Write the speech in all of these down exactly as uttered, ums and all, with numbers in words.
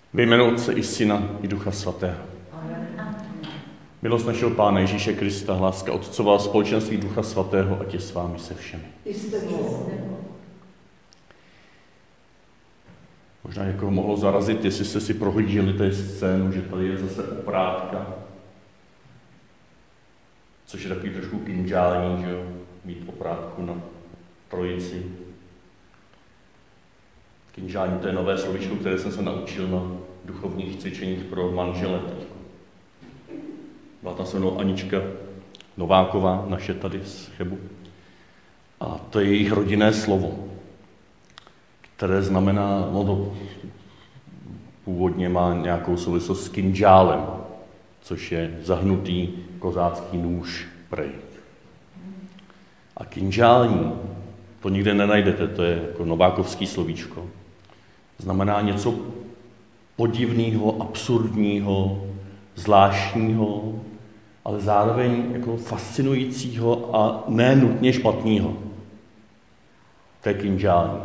Ve jménu Otce i Syna i Ducha Svatého. Milost našeho Pána Ježíše Krista, láska Otcova, společenství Ducha Svatého, ať je s vámi se všemi. Možná někoho mohlo zarazit, jestli jste si prohlíželi té scénu, že tady je zase oprátka, což je takový trošku kinžální, že jo, mít oprátku na trojici. Kinžální, to je nové slovíčko, které jsem se naučil na duchovních cvičeních pro manžele. Byla tam se mnou Anička Nováková, naše tady z Chebu. A to je jejich rodinné slovo, které znamená, no to původně má nějakou souvislost s kinžálem, což je zahnutý kozácký nůž prej. A kinžální, to nikde nenajdete, to je jako novákovský slovíčko. Znamená něco podivného, absurdního, zvláštního, ale zároveň jako fascinujícího a ne nutně špatného. To je kinžální.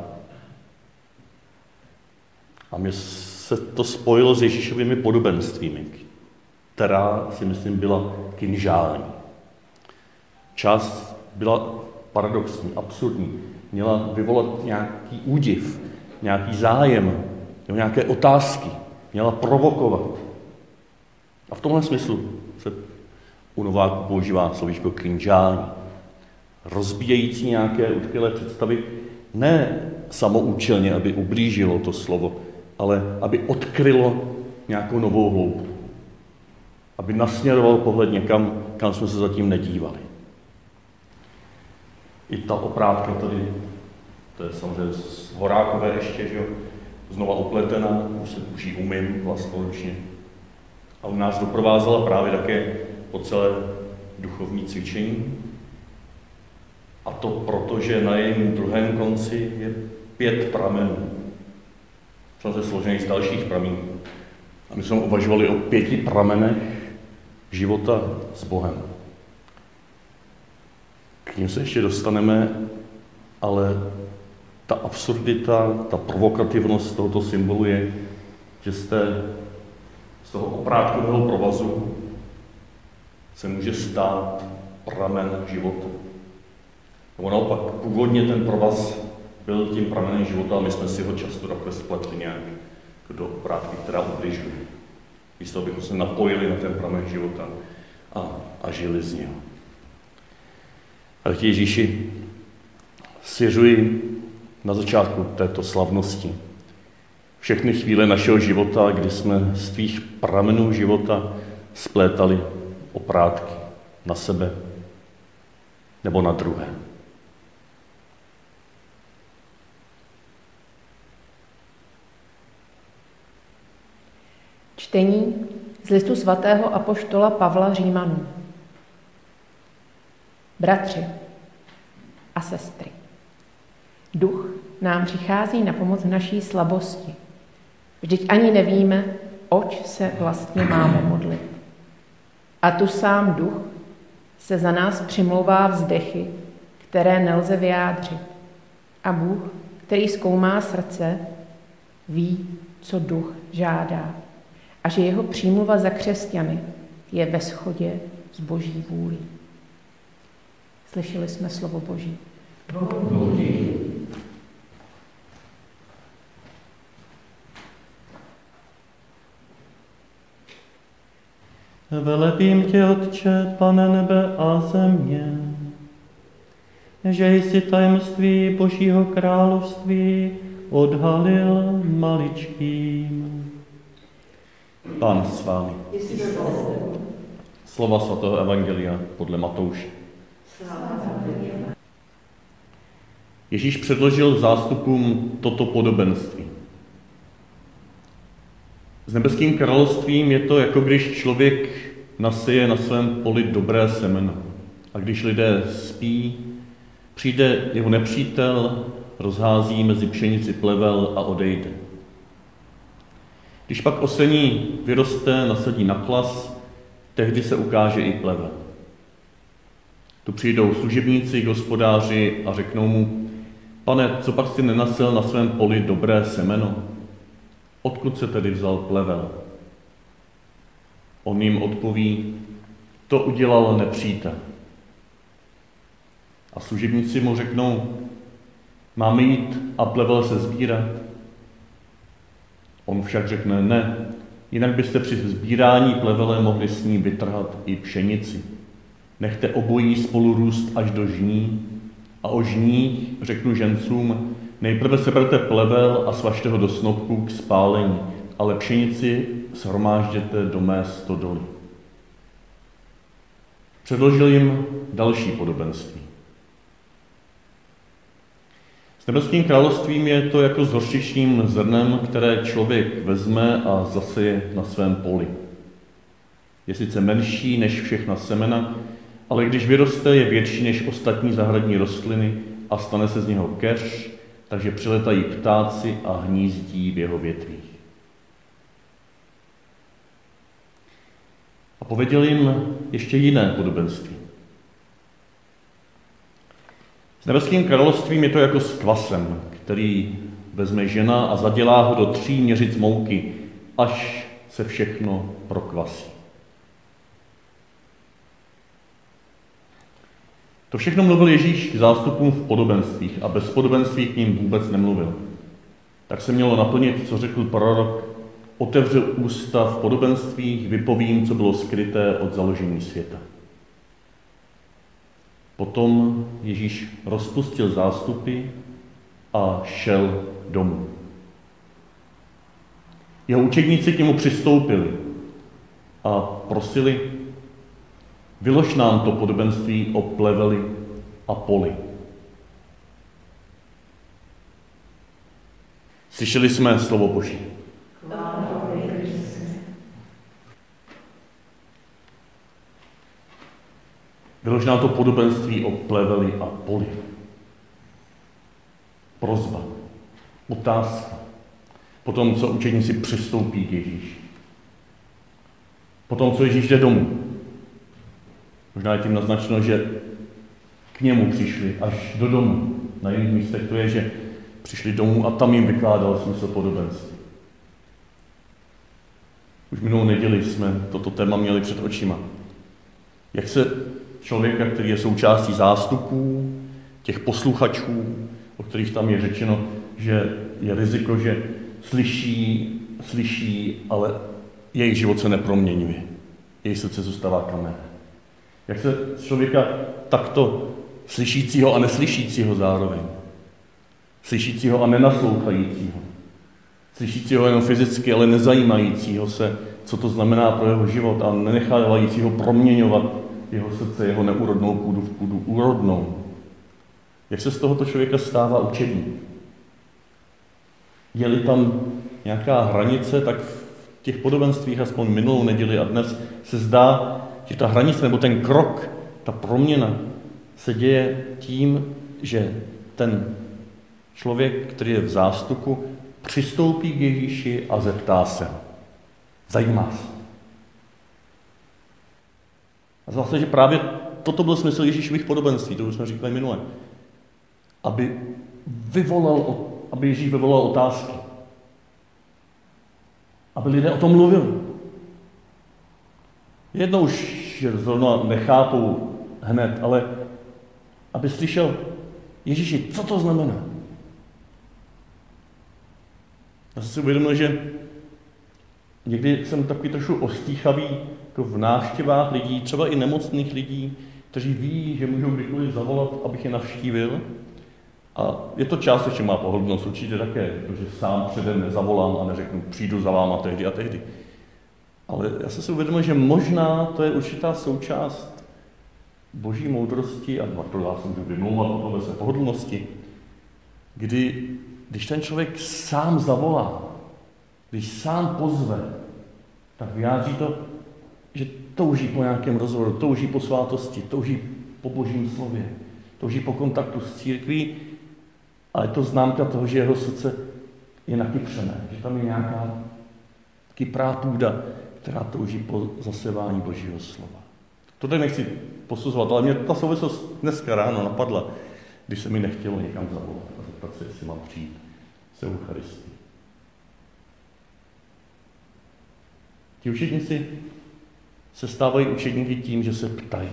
A mně se to spojilo s Ježíšovými podobenstvími, která si myslím byla kinžální. Část byla paradoxní, absurdní. Měla vyvolat nějaký údiv, nějaký zájem, nějaké otázky. Měla provokovat. A v tomhle smyslu se u Nováku používá slovíčko kinžální. Rozbíjející nějaké utkvělé představy, ne samoučelně, aby ublížilo to slovo, ale aby odkrylo nějakou novou hloubku. Aby nasměroval pohled někam, kam jsme se zatím nedívali. I ta oprátka tady, to je samozřejmě z Horákové ještě, že jo, znova opletená, už se už ji umím vlastnoručně. A u nás doprovázela právě také po celé duchovní cvičení. A to proto, že na jejím druhém konci je pět pramenů. Samozřejmě složených z dalších pramenů. A my jsme uvažovali o pěti pramenech života s Bohem. K ním se ještě dostaneme, ale ta absurdita, ta provokativnost tohoto symbolu je, že jste z toho oprátkového provazu se může stát pramen života. Nebo naopak, původně ten provaz byl tím pramenem života a my jsme si ho často takhle spletli nějak do oprátky, která ubližuje. Místo abychom se napojili na ten pramen života a, a žili z něho. Ale Ježíši, svěřuji na začátku této slavnosti všechny chvíle našeho života, kdy jsme z tvých pramenů života splétali oprátky na sebe nebo na druhé. Čtení z listu svatého apoštola Pavla Římanům. Bratři a sestry, Duch nám přichází na pomoc v naší slabosti. Vždyť ani nevíme, oč se vlastně máme modlit. A tu sám Duch se za nás přimlouvá vzdechy, které nelze vyjádřit. A Bůh, který zkoumá srdce, ví, co Duch žádá. A že jeho přímluva za křesťany je ve shodě s Boží vůlí. Slyšeli jsme slovo Boží. Boží. Velebím tě, Otče, Pane nebe a země, že jsi tajemství Božího království odhalil maličkým. Pán s vámi. Slova svatého evangelia podle Matouše. Ježíš předložil zástupům toto podobenství. S nebeským královstvím je to, jako když člověk naseje na svém poli dobré semeno. A když lidé spí, přijde jeho nepřítel, rozhází mezi pšenici plevel a odejde. Když pak osení vyroste, nasadí na klas, tehdy se ukáže i plevel. Tu přijdou služebníci k hospodáři a řeknou mu: Pane, co pak jsi nenasel na svém poli dobré semeno? odkud se tedy vzal plevel? On jim odpoví, to udělal nepřítel. A služebníci mu řeknou, máme jít a plevel se sbírat. On však řekne, ne, jinak byste při sbírání plevele mohli s ní vytrhat i pšenici. Nechte obojí spolu růst až do žní a o žních řeknu žencům, nejprve seberte plevel a svažte ho do snopků k spálení, ale pšenici shromážděte do mé stodoly. Předložil jim další podobenství. S nebeským královstvím je to jako s hořčičným zrnem, které člověk vezme a zaseje na svém poli. Je sice menší než všechna semena, ale když vyroste, je větší než ostatní zahradní rostliny a stane se z něho keř, takže přiletají ptáci a hnízdí v jeho větvích. A pověděl jim ještě jiné podobenství. S nebeským královstvím je to jako s kvasem, který vezme žena a zadělá ho do tří měřic mouky, až se všechno prokvasí. To všechno mluvil Ježíš k zástupům v podobenstvích a bez podobenství k ním vůbec nemluvil. Tak se mělo naplnit, co řekl prorok, otevřel ústa v podobenstvích, vypovím, co bylo skryté od založení světa. Potom Ježíš rozpustil zástupy a šel domů. Jeho učedníci k němu přistoupili a prosili, vylož nám to podobenství o pleveli a poli. Slyšeli jsme slovo Boží. Vylož nám to podobenství o pleveli a poli. Prosba, otázka. Potom, co učedníci přistoupí k Ježíši. Potom, co Ježíš jde domů. Možná je tím naznačeno, že k němu přišli až do domu. Na jiných místech to je, že přišli domů a tam jim vykládal smysl podobenství. Už minulou neděli jsme toto téma měli před očima. Jak se člověka, který je součástí zástupů, těch posluchačů, o kterých tam je řečeno, že je riziko, že slyší, slyší, ale jejich život se neproměňuje. Jejich srdce zůstává kamenné. Jak se člověka takto slyšícího a neslyšícího zároveň, slyšícího a nenaslouchajícího, slyšícího jenom fyzicky, ale nezajímajícího se, co to znamená pro jeho život a nenechávajícího proměňovat jeho srdce, jeho neúrodnou půdu v půdu úrodnou. Jak se z tohoto člověka stává učedník? Je-li tam nějaká hranice, tak v těch podobenstvích, aspoň minulou neděli a dnes, se zdá, že ta hranice nebo ten krok, ta proměna se děje tím, že ten člověk, který je v zástupu, přistoupí k Ježíši a zeptá se. Zajímá se. A zase, že právě toto byl smysl Ježíšových podobenství, to už jsme říkali minule. Aby vyvolal, aby Ježíš vyvolal otázky. Aby lidé o tom mluvili. Jednou už zrovna nechápou hned, ale aby slyšel, Ježíši, co to znamená? Já jsem si uvědomil, že někdy jsem takový trošku ostýchavý jako v návštěvách lidí, třeba i nemocných lidí, kteří ví, že můžou kdykoliv zavolat, abych je navštívil. A je to částečně má pohodlnost určitě také, protože sám předem nezavolám a neřeknu, přijdu za váma tehdy a tehdy. Ale já jsem si uvědomil, že možná to je určitá součást boží moudrosti, a to já se můžu vymlouvat o tohle se pohodlnosti, kdy, když ten člověk sám zavolá, když sám pozve, tak vyjádří to, že touží po nějakém rozhovoru, touží po svátosti, touží po božím slově, touží po kontaktu s církví, ale je to známka toho, že jeho srdce je nakypřené, že tam je nějaká kyprá půda, která touží po zasevání božího slova. To tady nechci posuzovat, ale mě ta souvislost dneska ráno napadla, když se mi nechtělo někam zavolat a zeptat se, jestli mám přijít se Eucharistii. Ti učedníci se stávají učedníky tím, že se ptají.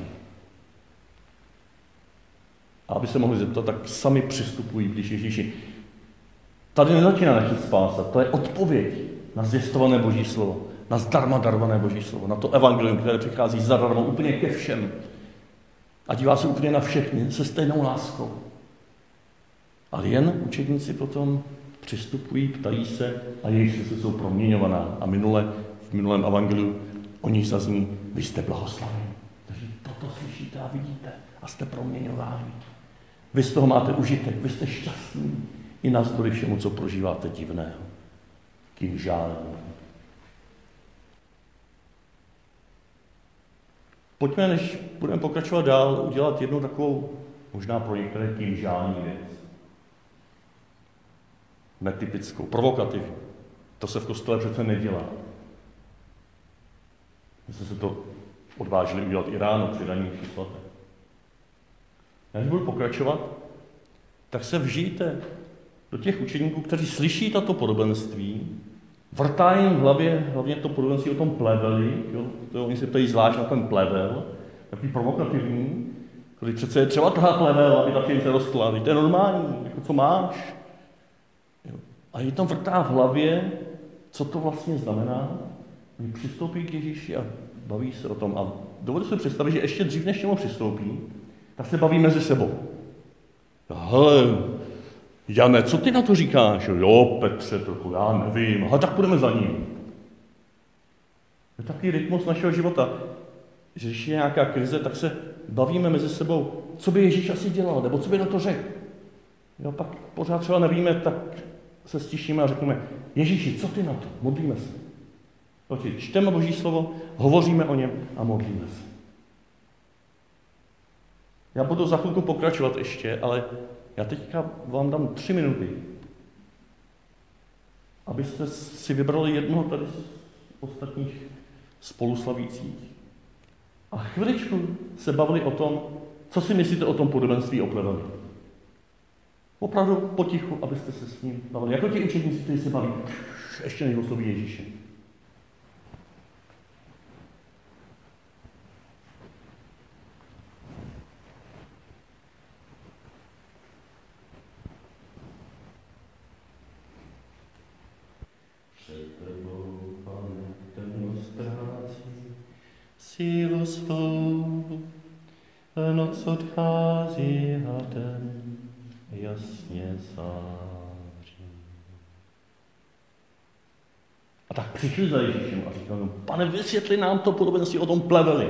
A aby se mohli zeptat, tak sami přistupují blíž Ježíši. Tady nezačíná naše spása, to je odpověď na zvěstované Boží slovo, na zdarma darované Boží slovo, na to evangelium, které přichází zadarmo úplně ke všem. A dívá se úplně na všechny se stejnou láskou. Ale jen učedníci potom přistupují, ptají se a jejich srdce jsou proměňovaná. A minule, v minulém evangeliu o nich zazní, vy jste blahoslavení. Takže toto slyšíte a vidíte a jste proměňováni. Vy z toho máte užitek, vy jste šťastní i navzdory všemu, co prožíváte divného. Kým žálení. Pojďme, než budeme pokračovat dál, udělat jednu takovou, možná pro některé tím žální věc. Netypickou, provokativní. To se v kostele přece nedělá. My jsme se to odvážili udělat i ráno při raní mši svaté. Než budu pokračovat, tak se vžijte do těch učeníků, kteří slyší tato podobenství, vrtá jim v hlavě hlavně to podobenství o tom pleveli, jo? To oni se ptají zvlášť na ten plevel, takový provokativní, který přece je třeba tahat plevel, aby ta pšenice rostla, to je normální, jako co máš. Jo? A je tam vrtá v hlavě, co to vlastně znamená. Oni přistoupí k Ježíši a baví se o tom. A dovedu si představit, že ještě dřív, než němu přistoupí, tak se baví mezi sebou. Hele, Jane, co ty na to říkáš? Jo, Petře, trochu, já nevím. Aha, tak půjdeme za ním. Je takový rytmus našeho života. Že když je nějaká krize, tak se bavíme mezi sebou, co by Ježíš asi dělal, nebo co by na to řekl. Jo, pak pořád třeba nevíme, tak se stišíme a řekneme, Ježíši, co ty na to? Modlíme se. Oči, čteme Boží slovo, hovoříme o něm a modlíme se. Já budu za chvilku pokračovat ještě, ale já teďka vám dám tři minuty, abyste si vybrali jednoho tady z ostatních spoluslavících a chviličku se bavili o tom, co si myslíte o tom podobenství o pleveli. Opravdu potichu, abyste se s ním bavili. Jako ti učedníci, kteří se baví, ještě než osloví Ježíše. Sílu svou, noc odchází a den jasně září. A tak přišli za Ježíšem a říkali, pane, vysvětli nám to podobenství o tom pleveli.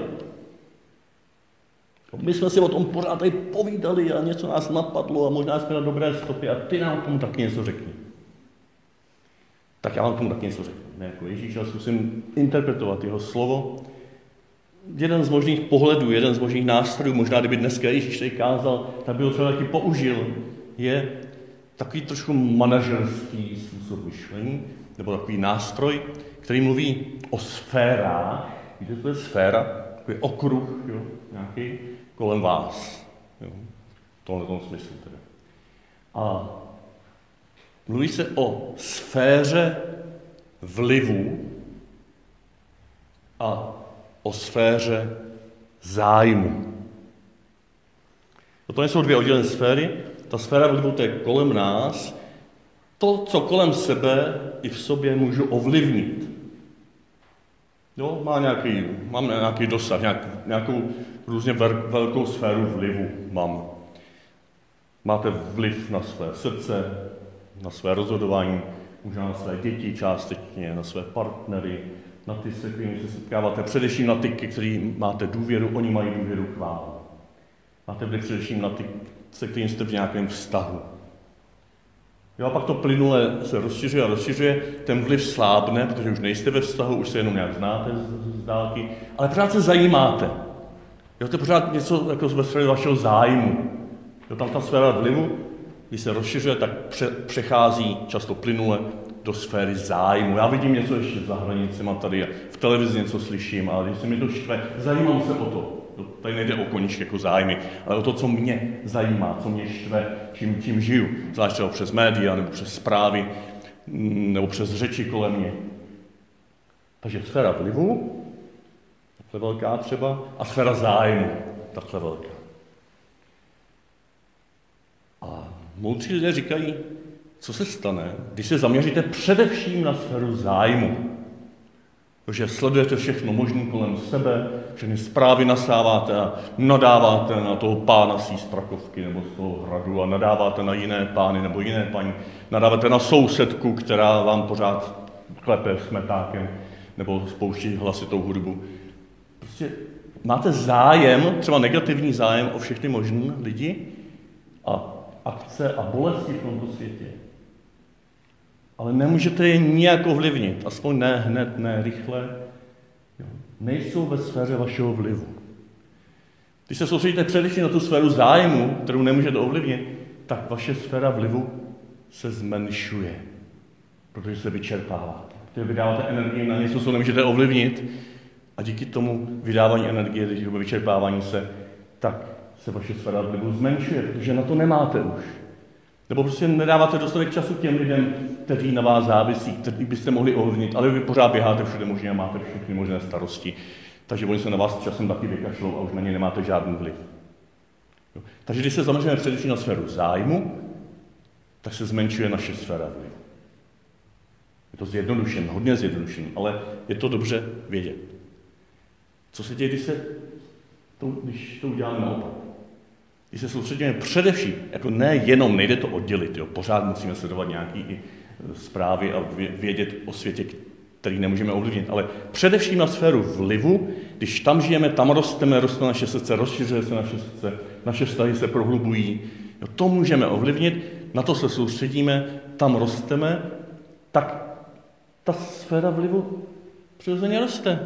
My jsme si o tom pořád tady povídali a něco nás napadlo a možná jsme na dobré stopy a ty nám tomu taky něco řekni. Tak já vám tomu taky něco řeknu. Ne jako Ježíš, ale zkusím interpretovat jeho slovo. Jeden z možných pohledů, jeden z možných nástrojů, možná kdyby dneska Ježíš tady kázal, tak by ho třeba taky použil, je takový trošku manažerský způsob myšlení, nebo takový nástroj, který mluví o sférách. Víte, to je sféra, takový okruh, jo, nějaký kolem vás. Jo, v tomhle tom smyslu teda. A mluví se o sféře vlivu a o sféře zájmu. To jsou dvě oddělené sféry. Ta sféra vlivu, to je kolem nás. To, co kolem sebe i v sobě můžu ovlivnit. Jo, má nějaký, mám nějaký dosah, nějak, nějakou různě velkou sféru vlivu mám. Máte vliv na své srdce, na své rozhodování, možná na své děti částečně, na své partnery, na ty, se kterými se setkáváte, především na ty, kterým máte důvěru, oni mají důvěru k vám. Máte vliv především na ty, se kterým jste v nějakém vztahu. Jo, a pak to plynule se rozšiřuje a rozšiřuje, ten vliv slábne, protože už nejste ve vztahu, už se jenom nějak znáte z, z dálky, ale pořád se zajímáte. Jo, to je pořád něco jako ve sféře vašeho zájmu. Jo, tam ta sféra vlivu, když se rozšiřuje, tak pře, přechází často plynule do sféry zájmu. Já vidím něco ještě za hranicema tady, v televizi něco slyším, ale když se mi to štve, zajímám se o to. Tady nejde o koníčky jako zájmy, ale o to, co mě zajímá, co mě štve, čím, čím žiju. Zvlášť třeba přes média, nebo přes zprávy, nebo přes řeči kolem mě. Takže sféra vlivu, takhle velká třeba, a sféra zájmu, takhle velká. A moudří lidé říkají, co se stane, když se zaměříte především na sféru zájmu. Protože sledujete všechno možné kolem sebe, všechny zprávy nasáváte a nadáváte na toho pána z té Strakovky nebo z toho hradu a nadáváte na jiné pány nebo jiné paní. Nadáváte na sousedku, která vám pořád klepe smetákem nebo spouští hlasitou hudbu. Prostě máte zájem, třeba negativní zájem o všechny možné lidi a akce a bolesti v tomto světě. Ale nemůžete je nijak ovlivnit, aspoň ne hned, ne rychle. Jo. Nejsou ve sféře vašeho vlivu. Když se soustředíte především na tu sféru zájmu, kterou nemůžete ovlivnit, tak vaše sféra vlivu se zmenšuje, protože se vyčerpáváte. Protože vydáváte energii na něco, co nemůžete ovlivnit a díky tomu vydávání energie, díky vyčerpávání se, tak se vaše sféra vlivu zmenšuje, protože na to nemáte už. Nebo prostě nedáváte dostatek času těm lidem, kteří na vás závisí, kteří byste mohli ovlivnit, ale vy pořád běháte všude možně a máte všechny možné starosti. Takže oni se na vás časem taky vykašlou a už na ně nemáte žádný vliv. Jo. Takže když se zaměříme především na sféru zájmu, tak se zmenšuje naše sféra vlivu. Je to zjednodušen, hodně zjednodušen, ale je to dobře vědět. Co se děje, když, se to, když to uděláme naopak? Když se soustředíme především, jako ne jenom, nejde to oddělit, jo, pořád musíme sledovat nějaké zprávy a vědět o světě, který nemůžeme ovlivnit, ale především na sféru vlivu, když tam žijeme, tam rosteme, roste naše srdce, rozšiřuje se naše srdce, naše vztahy se prohlubují, jo, to můžeme ovlivnit, na to se soustředíme, tam rosteme, tak ta sféra vlivu přirozeně roste.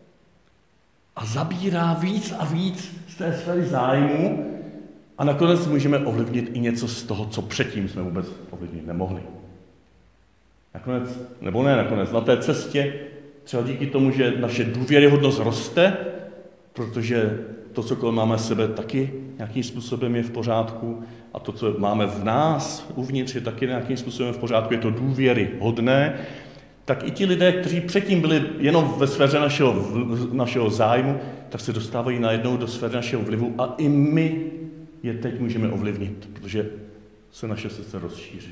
A zabírá víc a víc z té sféry zájmu, a nakonec můžeme ovlivnit i něco z toho, co předtím jsme vůbec ovlivnit nemohli. Nakonec, nebo ne nakonec, na té cestě, třeba díky tomu, že naše důvěryhodnost roste, protože to, co kolem máme sebe, taky nějakým způsobem je v pořádku a to, co máme v nás uvnitř, je taky nějakým způsobem v pořádku, je to důvěryhodné, tak i ti lidé, kteří předtím byli jenom ve sféře našeho, našeho zájmu, tak se dostávají najednou do sféry našeho vlivu a i my je teď můžeme ovlivnit, protože se naše srdce rozšířilo.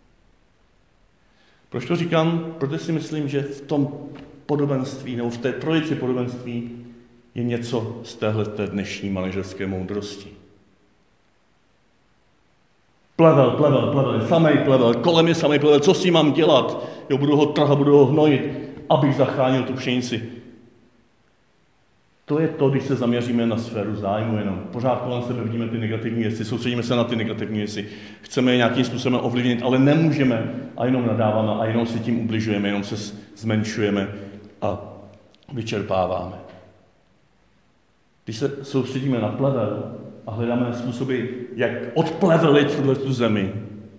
Proč to říkám? Protože si myslím, že v tom podobenství, nebo v té trojici podobenství je něco z téhleté dnešní manažerské moudrosti. Plevel, plevel, plevel, samej plevel, kolem je samej plevel, co s tím mám dělat? Jo, budu ho trhat, budu ho hnojit, abych zachránil tu pšenici. To je to, když se zaměříme na sféru zájmu jenom. Pořád kolem sebe vidíme ty negativní věci, soustředíme se na ty negativní věci, chceme je nějakým způsobem ovlivnit, ale nemůžeme a jenom nadáváme a jenom si tím ubližujeme, jenom se zmenšujeme a vyčerpáváme. Když se soustředíme na plevel a hledáme způsoby, jak odplevelit tu zemi,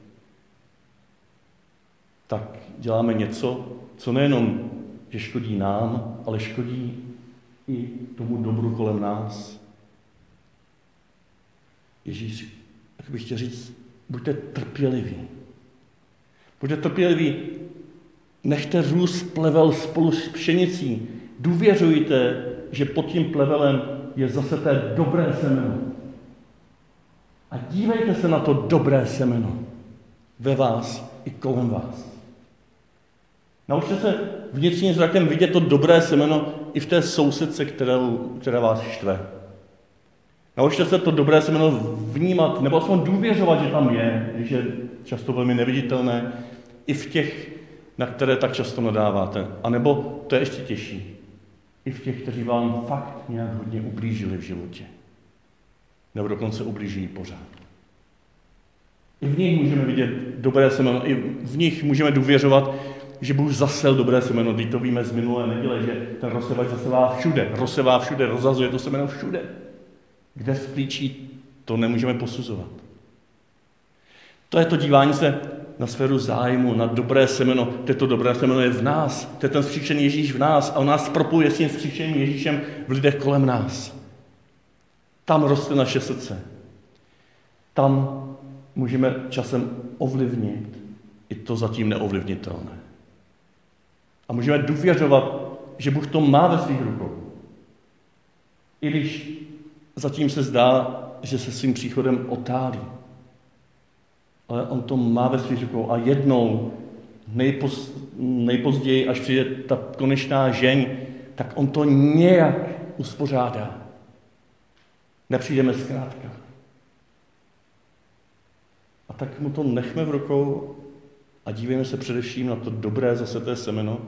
tak děláme něco, co nejenom, že škodí nám, ale škodí i tomu dobru kolem nás. Ježíš, jak bych chtěl říct, buďte trpěliví. Buďte trpěliví, nechte růst plevel spolu s pšenicí. Důvěřujte, že pod tím plevelem je zase té dobré semeno. A dívejte se na to dobré semeno ve vás i kolem vás. Naučte se vnitřním zrakem vidět to dobré semeno i v té sousedce, kterou, která vás štve. Naučte se to dobré semeno vnímat, nebo aspoň důvěřovat, že tam je, když je často velmi neviditelné, i v těch, na které tak často nadáváte. A nebo, to je ještě těžší, i v těch, kteří vám fakt nějak hodně ublížili v životě. Nebo dokonce ublíží pořád. I v nich můžeme vidět dobré semeno, i v nich můžeme důvěřovat, že Bůh zasel dobré semeno, když to víme z minulé neděle, že ten rozsevač zasevá všude, rozsevá všude, rozhazuje to semeno všude. Kde sklíčí, to nemůžeme posuzovat. To je to dívání se na sféru zájmu, na dobré semeno. Toto dobré semeno je v nás, to je ten vzkříšený Ježíš v nás a on nás propojuje s tím vzkříšeným Ježíšem v lidech kolem nás. Tam roste naše srdce. Tam můžeme časem ovlivnit i to zatím neovlivnitelné. A můžeme důvěřovat že Bůh to má ve svých rukou. I když zatím se zdá, že se svým příchodem otálí. Ale on to má ve svých rukou a jednou, nejpoz, nejpozději, až přijde ta konečná žeň, tak on to nějak uspořádá. Nepřijdeme zkrátka. A tak mu to nechme v rukou a dívejme se především na to dobré zaseté semeno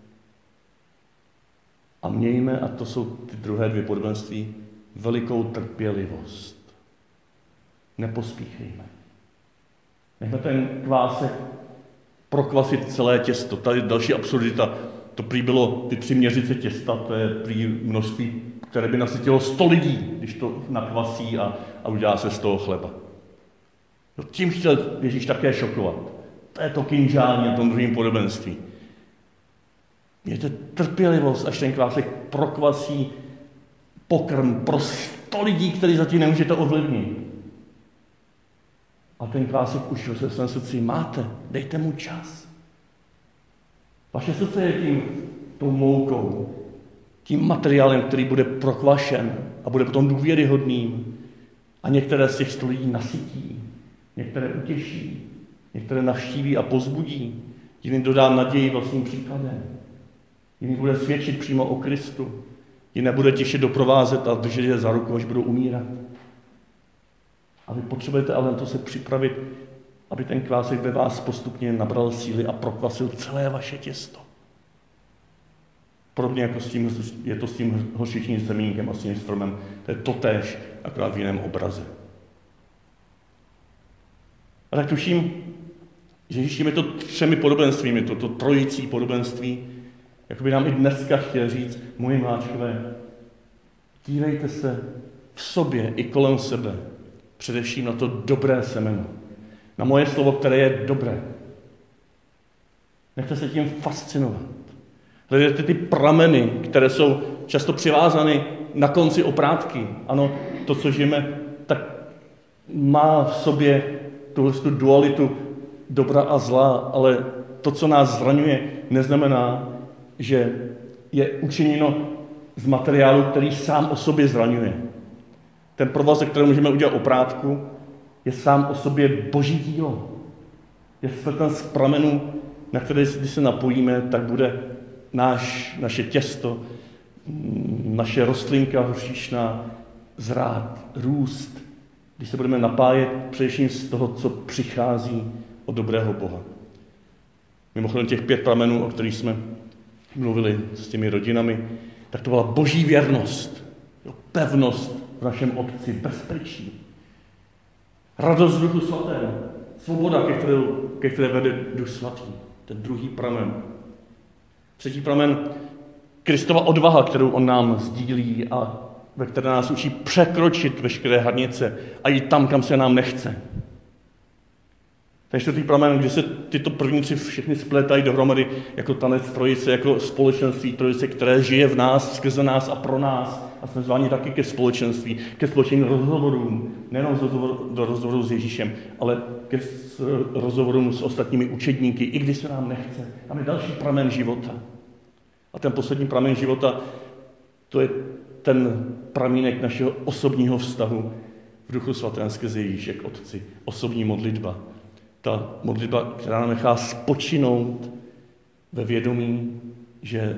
a mějme, a to jsou ty druhé dvě podobenství, velikou trpělivost. Nepospíchejme. Nechme ten kvásek prokvasit celé těsto. Tady další absurdita. To prý bylo ty tři měřice těsta, to je prý množství, které by nasytilo sto lidí, když to nakvasí a, a udělá se z toho chleba. No, tím chtěl Ježíš také šokovat. To je to kynžální na tom druhém podobenství. Mějte trpělivost, až ten kvásek prokvasí pokrm pro sto lidí, který zatím nemůžete ovlivnit. A ten kvásek už ve svém srdci máte. Dejte mu čas. Vaše srdce je tím tou moukou, tím materiálem, který bude prokvašen a bude potom důvěryhodným. A některé z těch sto lidí nasytí, některé utěší, některé navštíví a pozbudí, jiný dodá naději vlastním příkladem. Jiný bude svědčit přímo o Kristu. Jiný bude těšit doprovázet a držet je za ruku, až budou umírat. A vy potřebujete ale na to se připravit, aby ten kvásek ve vás postupně nabral síly a prokvasil celé vaše těsto. Podobně jako s tím, je to s tím hořčičným semínkem a s tím stromem. To je totéž, akorát v jiném obraze. A tak tuším, že Ježíš těmi to třemi podobenstvími, to, to trojicí podobenství, jako by nám i dneska chtěl říct, moji mláčkové, dívejte se v sobě i kolem sebe, především na to dobré semeno. Na moje slovo, které je dobré. Nechte se tím fascinovat. Hledejte ty prameny, které jsou často přivázány na konci oprátky. Ano, to, co žijeme, tak má v sobě tuhle dualitu dobra a zla, ale to, co nás zraňuje, neznamená, že je učiněno z materiálu, který sám o sobě zraňuje. Ten provazek, který můžeme udělat oprátku, je sám o sobě boží dílo. Je spleten z pramenů, na které, když se napojíme, tak bude náš, naše těsto, naše rostlinka hořčičná zrát, růst, když se budeme napájet především z toho, co přichází od dobrého Boha. Mimochodem těch pět pramenů, o kterých jsme mluvili s těmi rodinami, tak to byla boží věrnost, pevnost v našem Otci, bezpečí. Radost Duchu Svatého, svoboda, ke které, ke které vede Duch Svatý, ten druhý pramen. Třetí pramen, Kristova odvaha, kterou on nám sdílí a ve které nás učí překročit veškeré hranice a jít tam, kam se nám nechce. Ten čtvrtý pramen, kdy se tyto první tři všechny splétají dohromady jako tanec trojice, jako společenství trojice, které žije v nás, skrze nás a pro nás. A jsme zváni taky ke společenství, ke společným rozhovorům, nejenom do rozhovoru s Ježíšem, ale ke rozhovorům s ostatními učedníky, i když se nám nechce. Tam je další pramen života. A ten poslední pramen života, to je ten pramínek našeho osobního vztahu v Duchu Svatém skrze Ježíše k Otci. Osobní modlitba. Ta modlitba, která nám nechá spočinout ve vědomí, že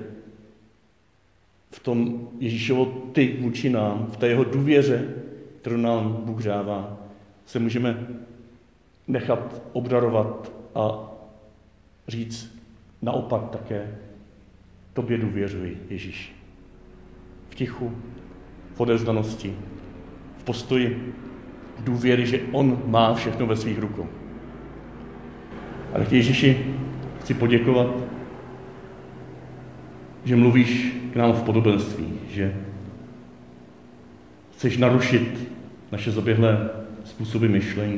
v tom Ježíšovo ty vůči nám, v té jeho důvěře, kterou nám Bůh dává, se můžeme nechat obdarovat a říct naopak také, tobě důvěřuji, Ježíši. V tichu, v odevzdanosti, v postoji důvěry, že on má všechno ve svých rukou. A tak Ježíši chci poděkovat, že mluvíš k nám v podobenství, že chceš narušit naše zaběhlé způsoby myšlení,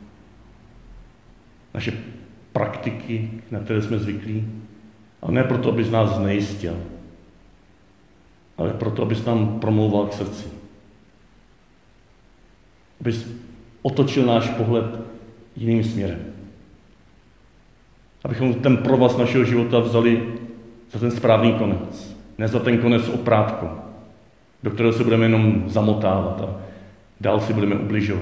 naše praktiky, na které jsme zvyklí, ale ne proto, abys nás znejistil, ale proto, abys nám promlouval k srdci. Abys otočil náš pohled jiným směrem. Abychom ten provaz našeho života vzali za ten správný konec. Ne za ten konec oprátku, do kterého se budeme jenom zamotávat a dál si budeme ubližovat.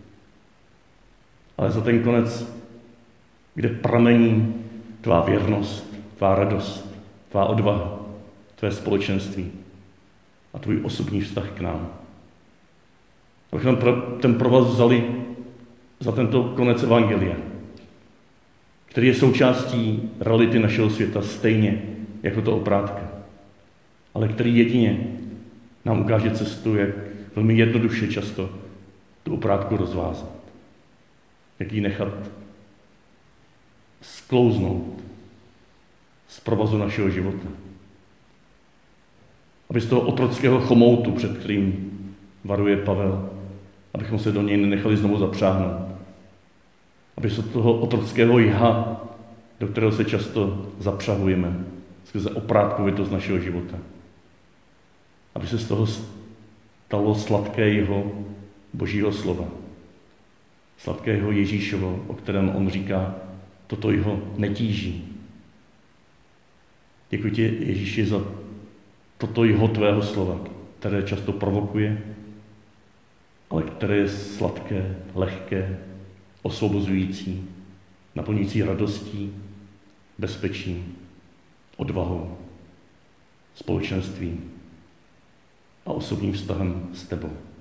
Ale za ten konec, kde pramení tvá věrnost, tvá radost, tvá odvaha, tvé společenství a tvůj osobní vztah k nám. Abychom ten provaz vzali za tento konec evangelia, který je součástí reality našeho světa stejně jako to oprátka, ale který jedině nám ukáže cestu, jak velmi jednoduše často tu oprátku rozvázat, jak ji nechat sklouznout z provazu našeho života. Aby z toho otrockého chomoutu, před kterým varuje Pavel, abychom se do něj nenechali znovu zapřáhnout. Aby se toho otrockého jha, do kterého se často zapřahujeme, skrze oprátkovitost našeho života. Aby se z toho stalo sladké jeho Božího slova. Sladkého Ježíšovo, o kterém on říká, toto jeho netíží. Děkuji ti, Ježíši, za toto jeho tvého slova, které často provokuje, ale které je sladké, lehké, osvobozující, naplňující radostí, bezpečím, odvahou, společenstvím a osobním vztahem s tebou.